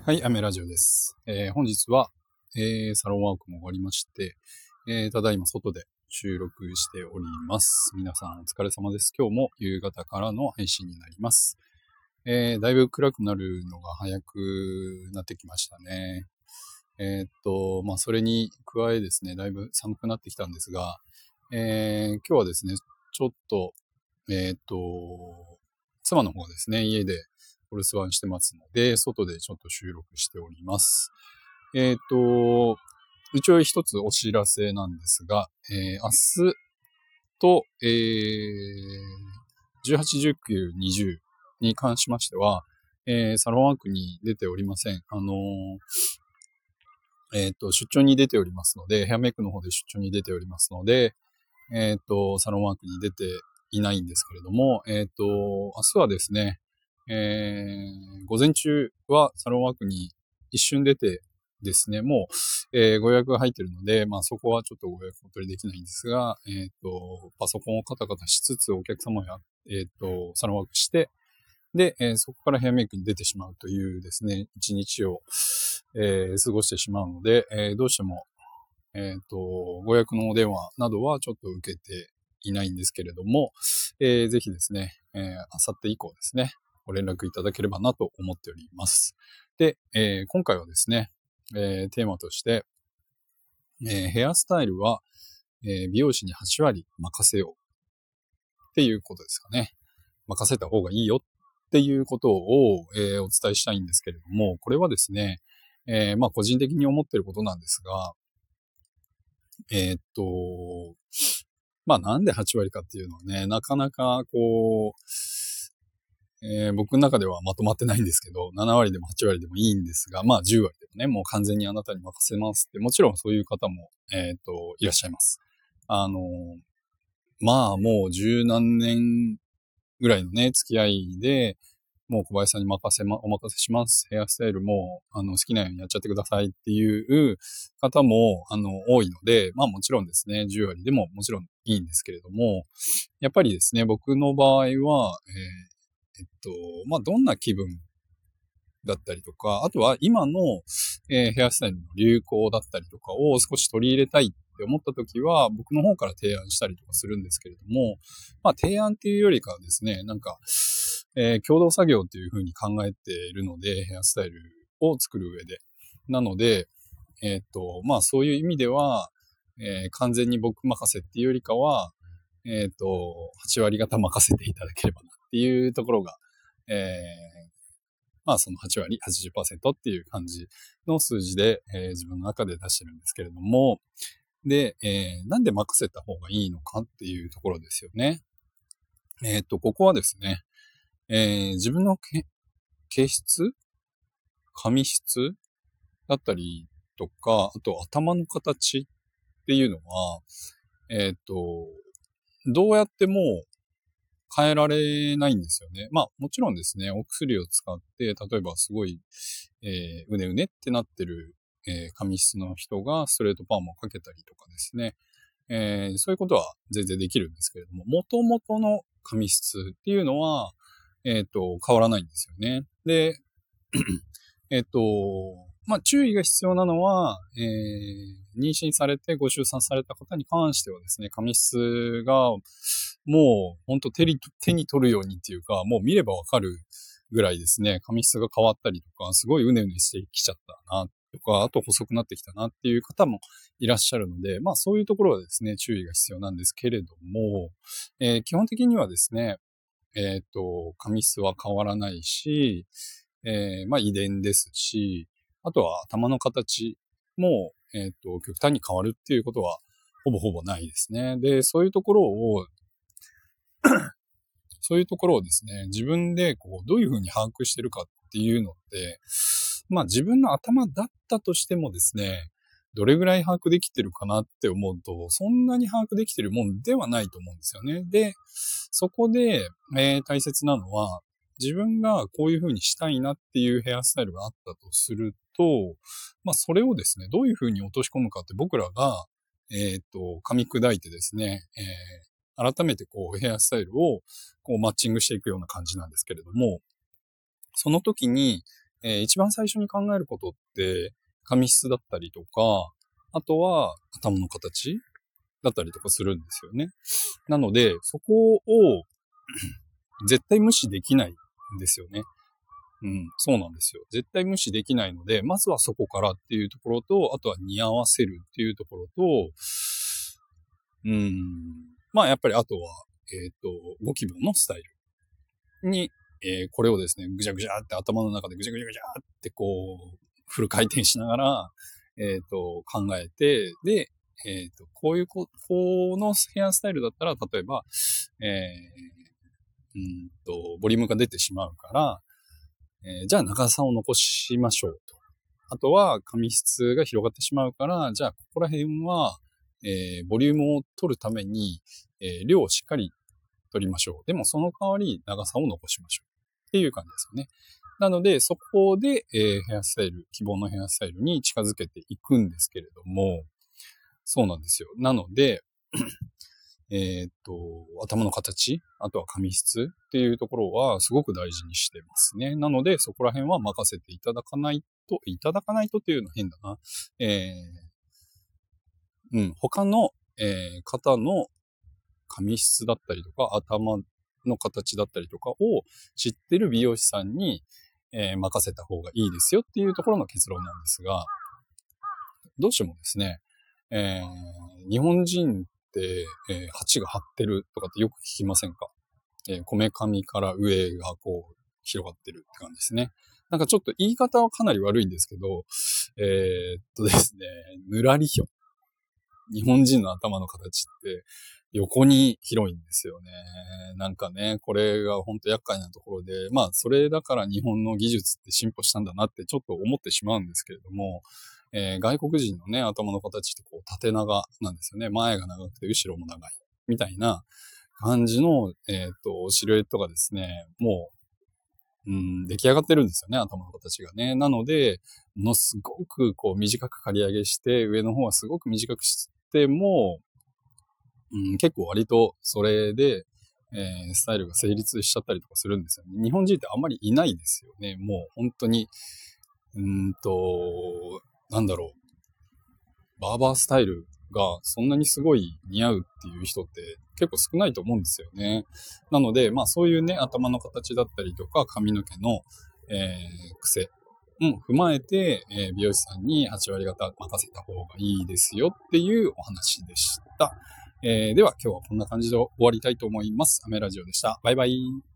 はい、アメラジオです。本日は、サロンワークも終わりまして、ただいま外で収録しております。皆さんお疲れ様です。今日も夕方からの配信になります。だいぶ暗くなるのが早くなってきましたね。それに加えですね、だいぶ寒くなってきたんですが、今日はですね、ちょっと、妻の方がですね、家でお留守番してますので、外でちょっと収録しております。一応一つお知らせなんですが、明日と、18、19、20に関しましては、サロンワークに出ておりません。出張に出ておりますので、ヘアメイクの方で出張に出ておりますので、サロンワークに出ていないんですけれども、明日はですね、午前中はサロンワークに一瞬出てですね、もう、ご予約が入っているので、そこはちょっとご予約お取りできないんですが、パソコンをカタカタしつつお客様や、サロンワークして、で、そこからヘアメイクに出てしまうというですね、一日を、過ごしてしまうので、どうしても、ご予約のお電話などはちょっと受けていないんですけれども、ぜひですね、明後日以降ですね、ご連絡いただければなと思っております。で、今回はですね、テーマとして、ヘアスタイルは、美容師に8割任せようっていうことですかね。任せた方がいいよっていうことを、お伝えしたいんですけれども、これはですね、個人的に思っていることなんですが、なんで8割かっていうのはね、なかなか僕の中ではまとまってないんですけど、7割でも8割でもいいんですが、10割でもね、もう完全にあなたに任せますって、もちろんそういう方も、いらっしゃいます。もう十何年ぐらいのね、付き合いで、もう小林さんにお任せします。ヘアスタイルも、好きなようにやっちゃってくださいっていう方も、多いので、もちろんですね、10割でももちろんいいんですけれども、やっぱりですね、僕の場合は、どんな気分だったりとか、あとは今の、ヘアスタイルの流行だったりとかを少し取り入れたいって思った時は、僕の方から提案したりとかするんですけれども、提案っていうよりかはですね、共同作業っていう風に考えているので、ヘアスタイルを作る上で。なので、そういう意味では、完全に僕任せっていうよりかは、8割方任せていただければなっていうところが、その8割、80%っていう感じの数字で、自分の中で出してるんですけれども、で、なんで任せた方がいいのかっていうところですよね。ここはですね、自分の毛質髪質だったりとか、あと頭の形っていうのは、どうやっても変えられないんですよね。もちろんですね、お薬を使って、例えばすごい、うねうねってなってる、髪質の人がストレートパーマをかけたりとかですね、そういうことは全然できるんですけれども、元々の髪質っていうのは、変わらないんですよね。で、注意が必要なのは、妊娠されてご出産された方に関してはですね、髪質がもう本当手に取るようにっていうか、もう見ればわかるぐらいですね、髪質が変わったりとか、すごいうねうねしてきちゃったなとか、あと細くなってきたなっていう方もいらっしゃるので、そういうところはですね、注意が必要なんですけれども、基本的にはですね、髪質は変わらないし、遺伝ですし、あとは頭の形も、極端に変わるっていうことは、ほぼほぼないですね。で、そういうところをですね、自分でどういうふうに把握してるかっていうのって、自分の頭だったとしてもですね、どれぐらい把握できてるかなって思うと、そんなに把握できてるもんではないと思うんですよね。で、そこで、大切なのは、自分がこういう風にしたいなっていうヘアスタイルがあったとすると、それをですね、どういう風に落とし込むかって僕らが、噛み砕いてですね、改めてヘアスタイルをマッチングしていくような感じなんですけれども、その時に、 一番最初に考えることって、髪質だったりとか、あとは頭の形だったりとかするんですよね。なので、そこを絶対無視できないんですよね。そうなんですよ。絶対無視できないので、まずはそこからっていうところと、あとは似合わせるっていうところと、まあやっぱりあとは、ご希望のスタイルに、これをですね、ぐちゃぐちゃって頭の中でぐちゃぐちゃぐちゃってこう、フル回転しながら、考えて、で、こういうこのヘアスタイルだったら、例えば、ボリュームが出てしまうから、じゃあ長さを残しましょうと。あとは髪質が広がってしまうから、じゃあここら辺は、ボリュームを取るために、量をしっかり取りましょう。でもその代わり長さを残しましょう。っていう感じですよね。なので、そこで、ヘアスタイル、希望のヘアスタイルに近づけていくんですけれども、そうなんですよ。なので、頭の形、あとは髪質っていうところはすごく大事にしてますね。なので、そこら辺は任せていただかないとっていうのは変だな。他の、方の髪質だったりとか、頭の形だったりとかを知ってる美容師さんに、任せた方がいいですよっていうところの結論なんですが、どうしてもですね、日本人って、鉢が張ってるとかってよく聞きませんか？こめかみから上がこう広がってるって感じですね。なんかちょっと言い方はかなり悪いんですけど、ですね、ぬらりひょ。日本人の頭の形って横に広いんですよね。なんかね、これが本当厄介なところで、まあそれだから日本の技術って進歩したんだなってちょっと思ってしまうんですけれども、外国人のね、頭の形ってこう縦長なんですよね。前が長くて後ろも長い。みたいな感じの、シルエットがですね、もう、出来上がってるんですよね、頭の形がね。なので、ものすごくこう短く刈り上げして、上の方はすごく短くしても、結構割とそれで、スタイルが成立しちゃったりとかするんですよね。日本人ってあんまりいないですよね。もう本当に、なんだろう。バーバースタイルがそんなにすごい似合うっていう人って結構少ないと思うんですよね。なので、まあそういうね、頭の形だったりとか髪の毛の、癖も踏まえて、美容師さんに8割方任せた方がいいですよっていうお話でした。では今日はこんな感じで終わりたいと思います。アメラジオでした。バイバイ。